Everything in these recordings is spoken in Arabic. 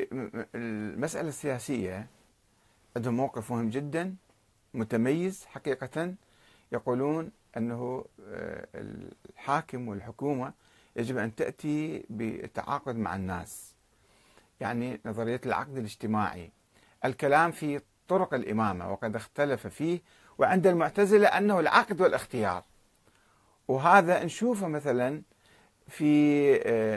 المسألة السياسية عندهم موقف مهم جدا متميز حقيقة. يقولون أنه الحاكم والحكومة يجب أن تأتي بالتعاقد مع الناس، يعني نظرية العقد الاجتماعي، الكلام في طرق الإمامة وقد اختلف فيه، وعند المعتزلة أنه العقد والاختيار. وهذا نشوفه مثلا في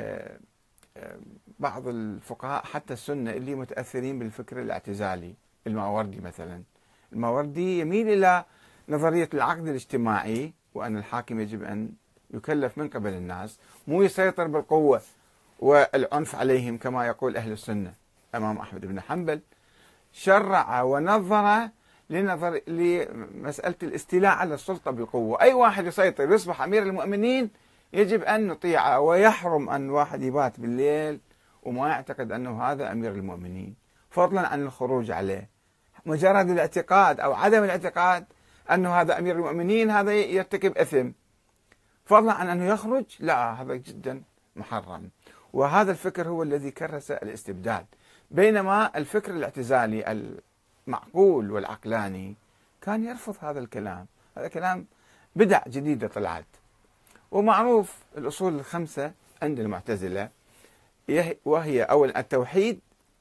بعض الفقهاء حتى السنة اللي متأثرين بالفكر الاعتزالي. الماوردي مثلا، الماوردي يميل إلى نظرية العقد الاجتماعي، وأن الحاكم يجب أن يكلف من قبل الناس، مو يسيطر بالقوة والعنف عليهم كما يقول أهل السنة. الإمام أحمد بن حنبل شرع ونظر لمسألة الاستيلاء على السلطة بالقوة. أي واحد يسيطر يصبح أمير المؤمنين يجب أن نطيعه، ويحرم أن واحد يبات بالليل وما يعتقد أنه هذا أمير المؤمنين، فضلا عن الخروج عليه. مجرد الاعتقاد أو عدم الاعتقاد أنه هذا أمير المؤمنين هذا يرتكب إثم، فضلا عن أنه يخرج، لا، هذا جدا محرم. وهذا الفكر هو الذي كرس الاستبداد، بينما الفكر الاعتزالي المعقول والعقلاني كان يرفض هذا الكلام. هذا كلام بدع جديدة طلعت. ومعروف الأصول الخمسة عند المعتزلة، وهي أولا التوحيد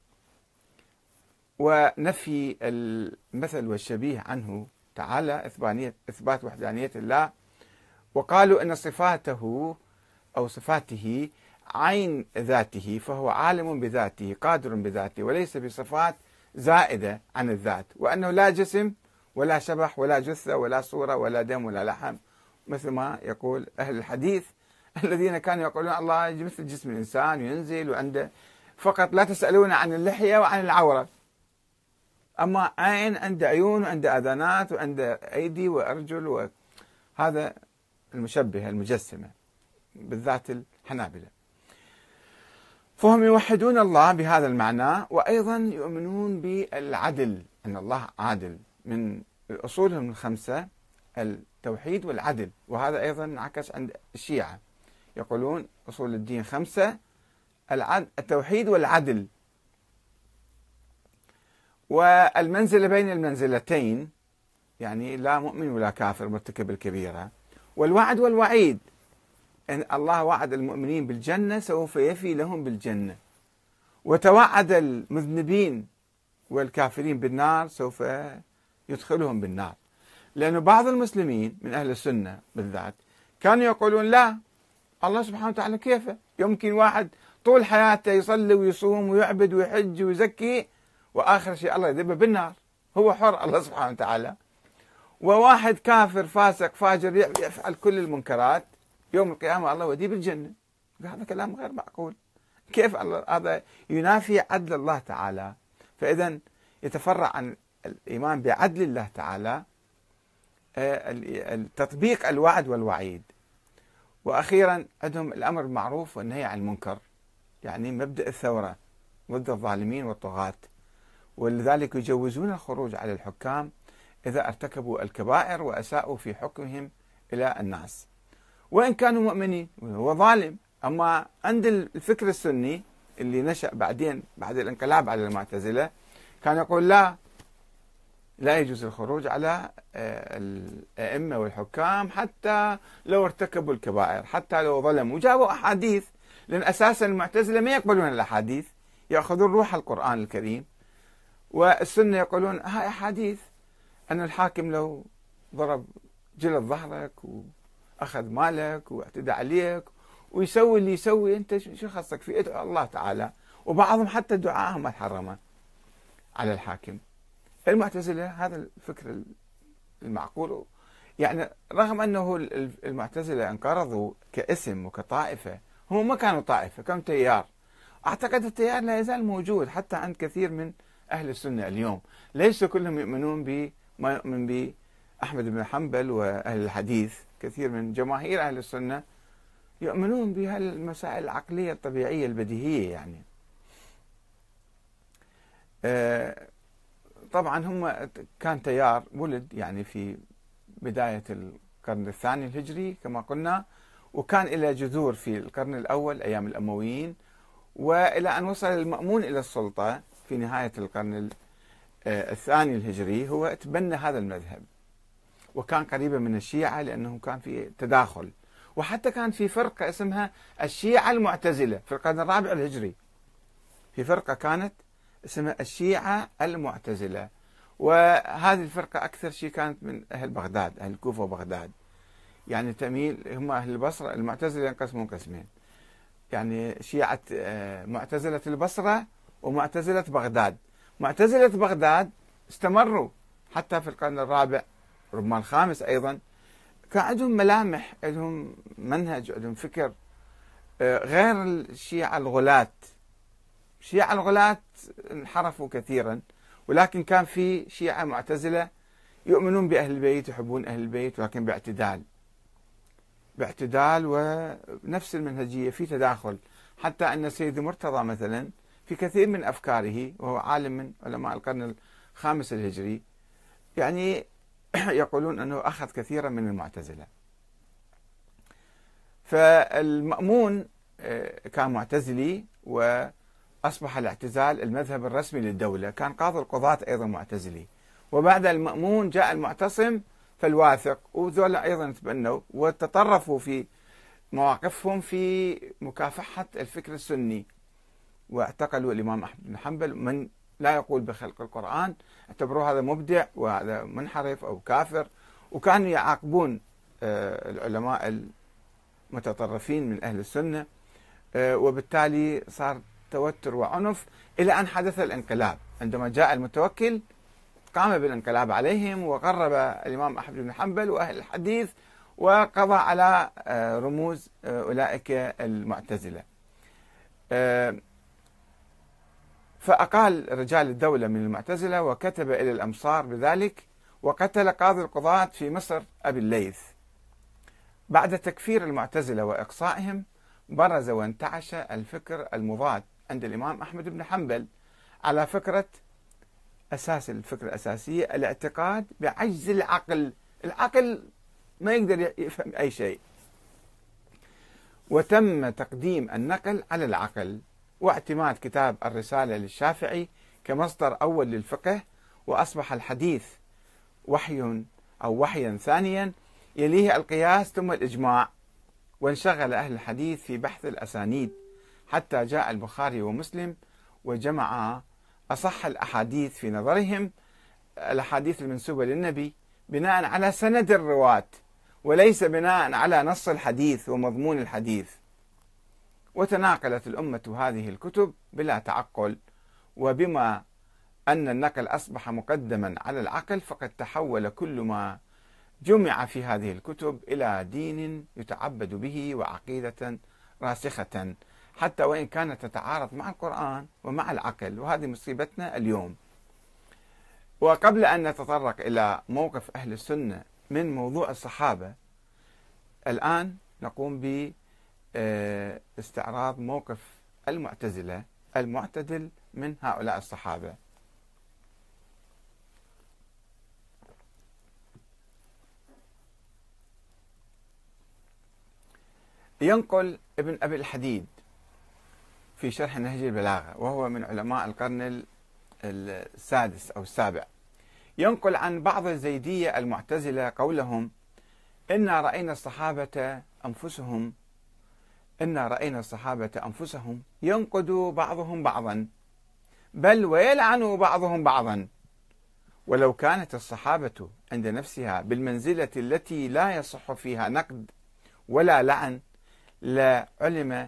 ونفي المثل والشبيه عنه تعالى، إثبات وحدانية الله. وقالوا أن صفاته أو صفاته عين ذاته، فهو عالم بذاته قادر بذاته، وليس بصفات زائدة عن الذات، وأنه لا جسم ولا شبح ولا جثة ولا صورة ولا دم ولا لحم، مثل ما يقول أهل الحديث الذين كانوا يقولون الله مثل جسم الإنسان وينزل وعنده فقط لا تسألون عن اللحية وعن العورة، أما عين عنده عيون وعنده أذانات وعنده أيدي وأرجل. وهذا المشبهة المجسمة بالذات الحنابلة. فهم يوحدون الله بهذا المعنى، وأيضا يؤمنون بالعدل، أن الله عادل. من أصولهم الخمسة التوحيد والعدل، وهذا أيضا انعكس عند الشيعة، يقولون أصول الدين خمسة: التوحيد والعدل، والمنزلة بين المنزلتين، يعني لا مؤمن ولا كافر مرتكب الكبيرة، والوعد والوعيد، أن الله وعد المؤمنين بالجنة سوف يفي لهم بالجنة، وتوعد المذنبين والكافرين بالنار سوف يدخلهم بالنار. لأن بعض المسلمين من أهل السنة بالذات كانوا يقولون لا، الله سبحانه وتعالى كيف يمكن واحد طول حياته يصلي ويصوم ويعبد ويحج ويزكي، وآخر شيء الله يذبه بالنار؟ هو حر الله سبحانه وتعالى. وواحد كافر فاسق فاجر يفعل كل المنكرات، يوم القيامة الله يوديه بالجنة. هذا كلام غير معقول. كيف الله؟ هذا ينافي عدل الله تعالى. فإذا يتفرع عن الإيمان بعدل الله تعالى تطبيق الوعد والوعيد. وأخيرا عندهم الأمر بالمعروف والنهي عن المنكر، يعني مبدأ الثورة ضد الظالمين والطغاة، ولذلك يجوزون الخروج على الحكام إذا ارتكبوا الكبائر وأساءوا في حكمهم إلى الناس، وإن كانوا مؤمنين. هو ظالم. أما عند الفكر السني اللي نشأ بعدين بعد الانقلاب على المعتزلة، كان يقول لا يجوز الخروج على الأئمة والحكام حتى لو ارتكبوا الكبائر، حتى لو ظلموا. وجابوا أحاديث، لأن أساسا المعتزلة ما يقبلون الأحاديث، يأخذون روح القرآن الكريم. والسنة يقولون هاي أحاديث أن الحاكم لو ضرب جلد ظهرك وأخذ مالك واعتدى عليك ويسوي اللي يسوي، أنت شو خصك فيه؟ ادعو الله تعالى. وبعضهم حتى دعاءهم محرمة على الحاكم. المعتزلة هذا الفكر المعقول، يعني رغم أنه المعتزلة انقرضوا كاسم وكطائفة، هم ما كانوا طائفة، كانوا تيار. أعتقد التيار لا يزال موجود حتى عند كثير من أهل السنة اليوم. ليس كلهم يؤمنون بما يؤمن به أحمد بن حنبل وأهل الحديث. كثير من جماهير أهل السنة يؤمنون بهالمسائل العقلية الطبيعية البديهية. يعني طبعا هم كان تيار ولد يعني في بداية القرن الثاني الهجري كما قلنا، وكان إلى جذور في القرن الأول أيام الأمويين، وإلى أن وصل المأمون إلى السلطة في نهاية القرن الثاني الهجري، هو تبنى هذا المذهب، وكان قريبا من الشيعة لأنه كان في تداخل، وحتى كان في فرقة اسمها الشيعة المعتزلة في القرن الرابع الهجري، في فرقة كانت اسمها الشيعة المعتزلة، وهذه الفرقة أكثر شيء كانت من أهل بغداد، أهل الكوفة وبغداد، يعني تميل، هم أهل البصرة. المعتزلة ينقسمون قسمين، يعني شيعة معتزلة البصرة ومعتزلة بغداد. معتزلة بغداد استمروا حتى في القرن الرابع، ربما الخامس أيضا، كان عندهم ملامح، عندهم منهج، عندهم فكر غير الشيعة الغلاة. الشيعة الغلاة انحرفوا كثيرا، ولكن كان في شيعة معتزلة يؤمنون بأهل البيت، يحبون أهل البيت، ولكن باعتدال ونفس المنهجية، في تداخل. حتى أن سيدي مرتضى مثلا في كثير من أفكاره، وهو عالم من علماء القرن الخامس الهجري، يعني يقولون أنه أخذ كثيرا من المعتزلة. فالمأمون كان معتزلي، وأصبح الاعتزال المذهب الرسمي للدولة. كان قاضي القضاة أيضا معتزلي، وبعد المأمون جاء المعتصم فالواثق، وذولا أيضا تبنوا وتطرفوا في مواقفهم في مكافحة الفكر السني، واعتقلوا الإمام أحمد بن حنبل. من لا يقول بخلق القرآن اعتبروه هذا مبدع وهذا منحرف أو كافر، وكانوا يعاقبون العلماء المتطرفين من أهل السنة، وبالتالي صار توتر وعنف إلى أن حدث الانقلاب. عندما جاء المتوكل قام بالانقلاب عليهم، وقرب الإمام أحمد بن حنبل وأهل الحديث، وقضى على رموز أولئك المعتزلة. فأقال رجال الدولة من المعتزلة، وكتب إلى الأمصار بذلك، وقتل قاضي القضاة في مصر أبي الليث. بعد تكفير المعتزلة وإقصائهم، برز وانتعش الفكر المضاد عند الإمام أحمد بن حنبل على فكرة أساس الفكرة الأساسية، الاعتقاد بعجز العقل. العقل ما يقدر يفهم أي شيء، وتم تقديم النقل على العقل، واعتماد كتاب الرسالة للشافعي كمصدر أول للفقه، وأصبح الحديث وحي أو وحيا ثانيا يليه القياس ثم الإجماع. وانشغل أهل الحديث في بحث الأسانيد حتى جاء البخاري ومسلم، وجمع أصح الأحاديث في نظرهم، الأحاديث المنسوبة للنبي، بناء على سند الرواة، وليس بناء على نص الحديث ومضمون الحديث. وتناقلت الأمة هذه الكتب بلا تعقل، وبما أن النقل أصبح مقدما على العقل، فقد تحول كل ما جمع في هذه الكتب إلى دين يتعبد به وعقيدة راسخة، حتى وإن كانت تتعارض مع القرآن ومع العقل، وهذه مصيبتنا اليوم. وقبل أن نتطرق إلى موقف أهل السنة من موضوع الصحابة، الآن نقوم باستعراض موقف المعتزلة المعتدل من هؤلاء الصحابة. ينقل ابن أبي الحديد في شرح نهج البلاغة، وهو من علماء القرن السادس أو السابع، ينقل عن بعض الزيدية المعتزلة قولهم: إنا رأينا الصحابة أنفسهم ينقد بعضهم بعضا، بل ويلعن بعضهم بعضا. ولو كانت الصحابة عند نفسها بالمنزلة التي لا يصح فيها نقد ولا لعن، لعلم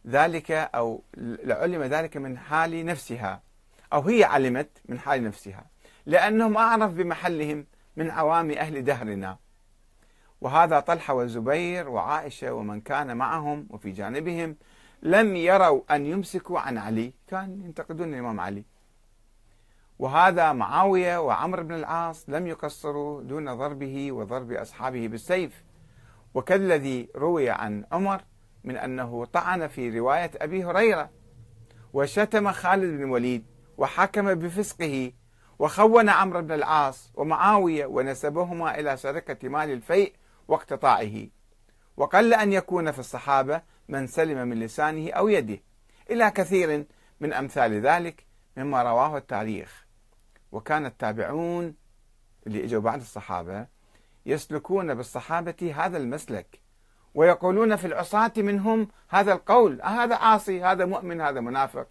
ذلك من حال نفسها، أو هي علمت من حال نفسها، لأنهم أعرف بمحلهم من عوام أهل دهرنا. وهذا طلحة والزبير وعائشة ومن كان معهم وفي جانبهم لم يروا أن يمسكوا عن علي، كان ينتقدون الإمام علي. وهذا معاوية وعمر بن العاص لم يقصروا دون ضربه وضرب أصحابه بالسيف، وكالذي روي عن عمر من أنه طعن في رواية أبي هريرة، وشتم خالد بن الوليد، وحكم بفسقه، وخون عمرو بن العاص ومعاوية، ونسبهما إلى سرقة مال الفيء واقتطاعه. وقل أن يكون في الصحابة من سلم من لسانه أو يده، إلى كثير من أمثال ذلك مما رواه التاريخ. وكان التابعون اللي اجوا بعد الصحابة يسلكون بالصحابة هذا المسلك، ويقولون في العصاة منهم هذا القول: هذا عاصي، هذا مؤمن، هذا منافق.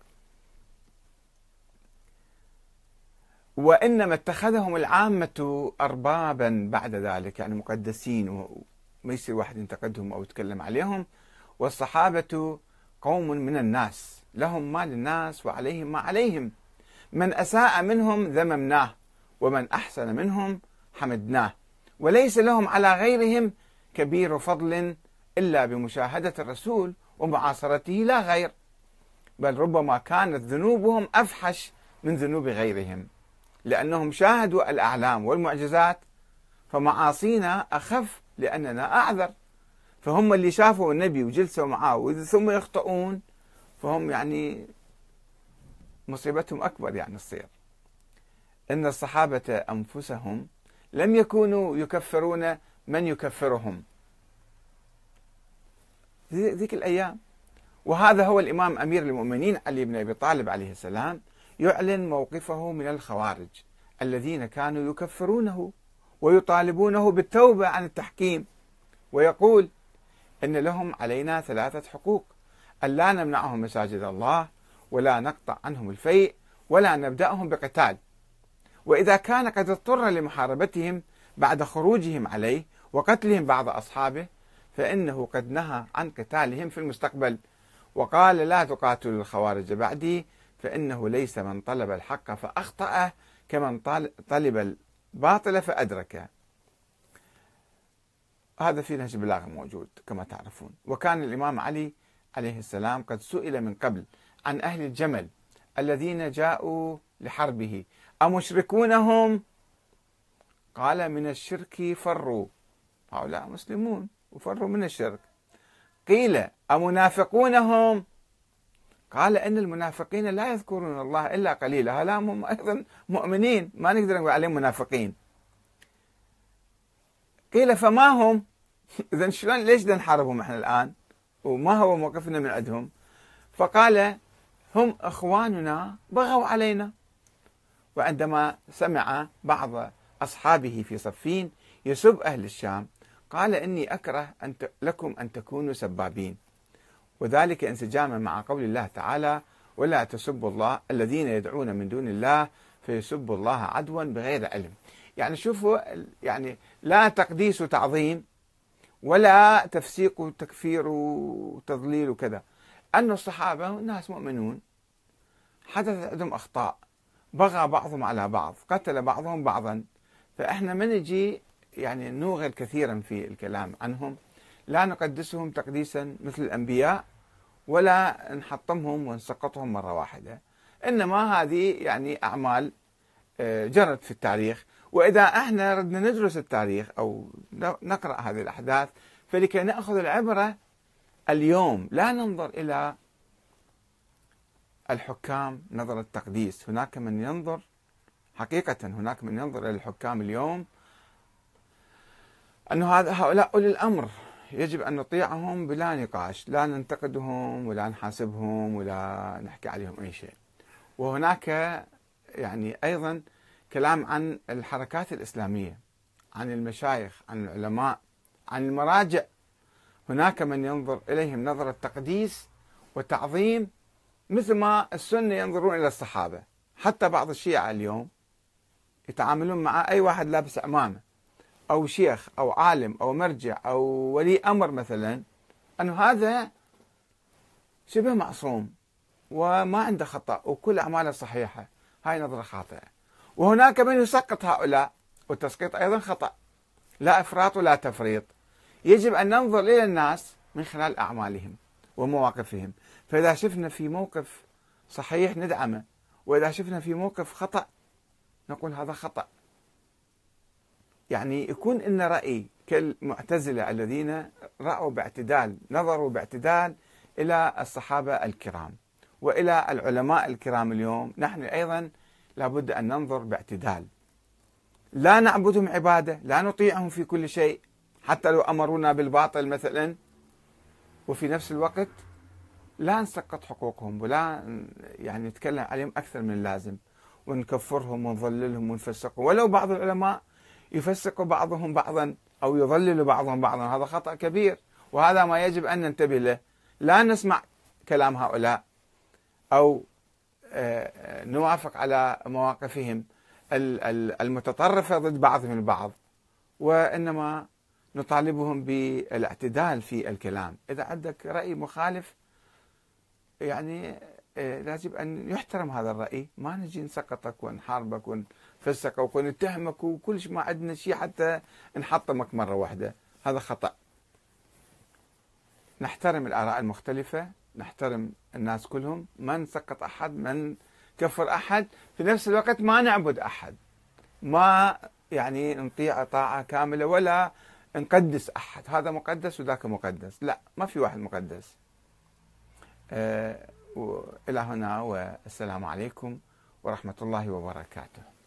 وإنما اتخذهم العامة أربابا بعد ذلك، يعني مقدسين، وما يصير واحد ينتقدهم أو يتكلم عليهم. والصحابة قوم من الناس، لهم ما للناس وعليهم ما عليهم، من أساء منهم ذممناه، ومن أحسن منهم حمدناه، وليس لهم على غيرهم كبير فضل إلا بمشاهدة الرسول ومعاصرته لا غير، بل ربما كانت ذنوبهم أفحش من ذنوب غيرهم، لأنهم شاهدوا الأعلام والمعجزات، فمعاصينا أخف لأننا أعذر. فهم اللي شافوا النبي وجلسوا معه ثم يخطئون، فهم يعني مصيبتهم أكبر يعني تصير. إن الصحابة أنفسهم لم يكونوا يكفرون من يكفرهم ذيك الأيام. وهذا هو الإمام أمير المؤمنين علي بن أبي طالب عليه السلام يعلن موقفه من الخوارج الذين كانوا يكفرونه ويطالبونه بالتوبة عن التحكيم، ويقول: إن لهم علينا 3 حقوق: ألا نمنعهم مساجد الله، ولا نقطع عنهم الفيء، ولا نبدأهم بقتال. وإذا كان قد اضطر لمحاربتهم بعد خروجهم عليه وقتلهم بعض أصحابه، فإنه قد نهى عن قتالهم في المستقبل، وقال: لا تقاتلوا الخوارج بعدي، فإنه ليس من طلب الحق فأخطأ كمن طلب الباطل فأدركه. هذا في نهج البلاغة موجود كما تعرفون. وكان الإمام علي عليه السلام قد سئل من قبل عن أهل الجمل الذين جاءوا لحربه: أمشركونهم؟ قال: من الشرك فروا، هؤلاء مسلمون وفروا من الشرك. قيل: أمنافقونهم؟ قال: إن المنافقين لا يذكرون الله إلا قليلا، هؤلاء هم أيضا مؤمنين، ما نقدر نقول عليهم منافقين. قيل: فما هم؟ إذن شلون ليش نحاربهم احنا الآن؟ وما هو موقفنا من عندهم؟ فقال: هم إخواننا بغوا علينا. وعندما سمع بعض أصحابه في صفين يسب أهل الشام، قال: إني أكره لكم أن تكونوا سبابين، وذلك انسجاما مع قول الله تعالى: ولا تسبوا الله الذين يدعون من دون الله فيسبوا الله عدوا بغير علم. يعني شوفوا، يعني لا تقديس وتعظيم ولا تفسيق وتكفير وتضليل وكذا. أن الصحابة ناس مؤمنون، حدث عندهم أخطاء، بغى بعضهم على بعض، قتل بعضهم بعضا، فإحنا ما نجي يعني نوغل كثيرا في الكلام عنهم، لا نقدسهم تقديسا مثل الأنبياء ولا نحطمهم ونسقطهم مرة واحدة، إنما هذه يعني أعمال جرت في التاريخ. وإذا احنا ردنا ندرس التاريخ أو نقرأ هذه الأحداث، فلكي نأخذ العبرة اليوم لا ننظر إلى الحكام نظر التقديس. هناك من ينظر حقيقة، هناك من ينظر إلى الحكام اليوم أن هؤلاء أولي الأمر، يجب أن نطيعهم بلا نقاش، لا ننتقدهم ولا نحاسبهم ولا نحكي عليهم أي شيء. وهناك يعني أيضا كلام عن الحركات الإسلامية، عن المشايخ، عن العلماء، عن المراجع. هناك من ينظر إليهم نظرة تقديس وتعظيم مثل ما السنة ينظرون إلى الصحابة. حتى بعض الشيعة اليوم يتعاملون مع أي واحد لابس عمامة أو شيخ أو عالم أو مرجع أو ولي أمر مثلا، أنه هذا شبه معصوم وما عنده خطأ وكل أعماله صحيحة. هاي نظرة خاطئة. وهناك من يسقط هؤلاء، والتسقيط أيضا خطأ، لا إفراط ولا تفريط. يجب أن ننظر إلى الناس من خلال أعمالهم ومواقفهم، فإذا شفنا في موقف صحيح ندعمه، وإذا شفنا في موقف خطأ نقول هذا خطأ. يعني يكون لنا رأي كالمعتزلة الذين رأوا باعتدال، نظروا باعتدال إلى الصحابة الكرام وإلى العلماء الكرام. اليوم نحن أيضا لابد أن ننظر باعتدال، لا نعبدهم عبادة، لا نطيعهم في كل شيء حتى لو أمرونا بالباطل مثلا، وفي نفس الوقت لا نسقط حقوقهم ولا يعني نتكلم عليهم أكثر من اللازم ونكفرهم ونضللهم ونفسقهم، ولو بعض العلماء يفسق بعضهم بعضا أو يضلل بعضهم بعضا، هذا خطأ كبير، وهذا ما يجب أن ننتبه له. لا نسمع كلام هؤلاء أو نوافق على مواقفهم المتطرفة ضد بعضهم البعض، وإنما نطالبهم بالاعتدال في الكلام. إذا عندك رأي مخالف يعني يجب أن يحترم هذا الرأي، ما نجي نسقطك ونحاربك ونفسقك ونتهمك وكل شيء، ما عندنا شيء حتى نحطمك مرة واحدة، هذا خطأ. نحترم الآراء المختلفة، نحترم الناس كلهم، ما نسقط أحد، ما نكفر أحد، في نفس الوقت ما نعبد أحد، ما يعني نطيع طاعة كاملة ولا نقدس أحد، هذا مقدس وذاك مقدس، لا، ما في واحد مقدس. إلى هنا، والسلام عليكم ورحمة الله وبركاته.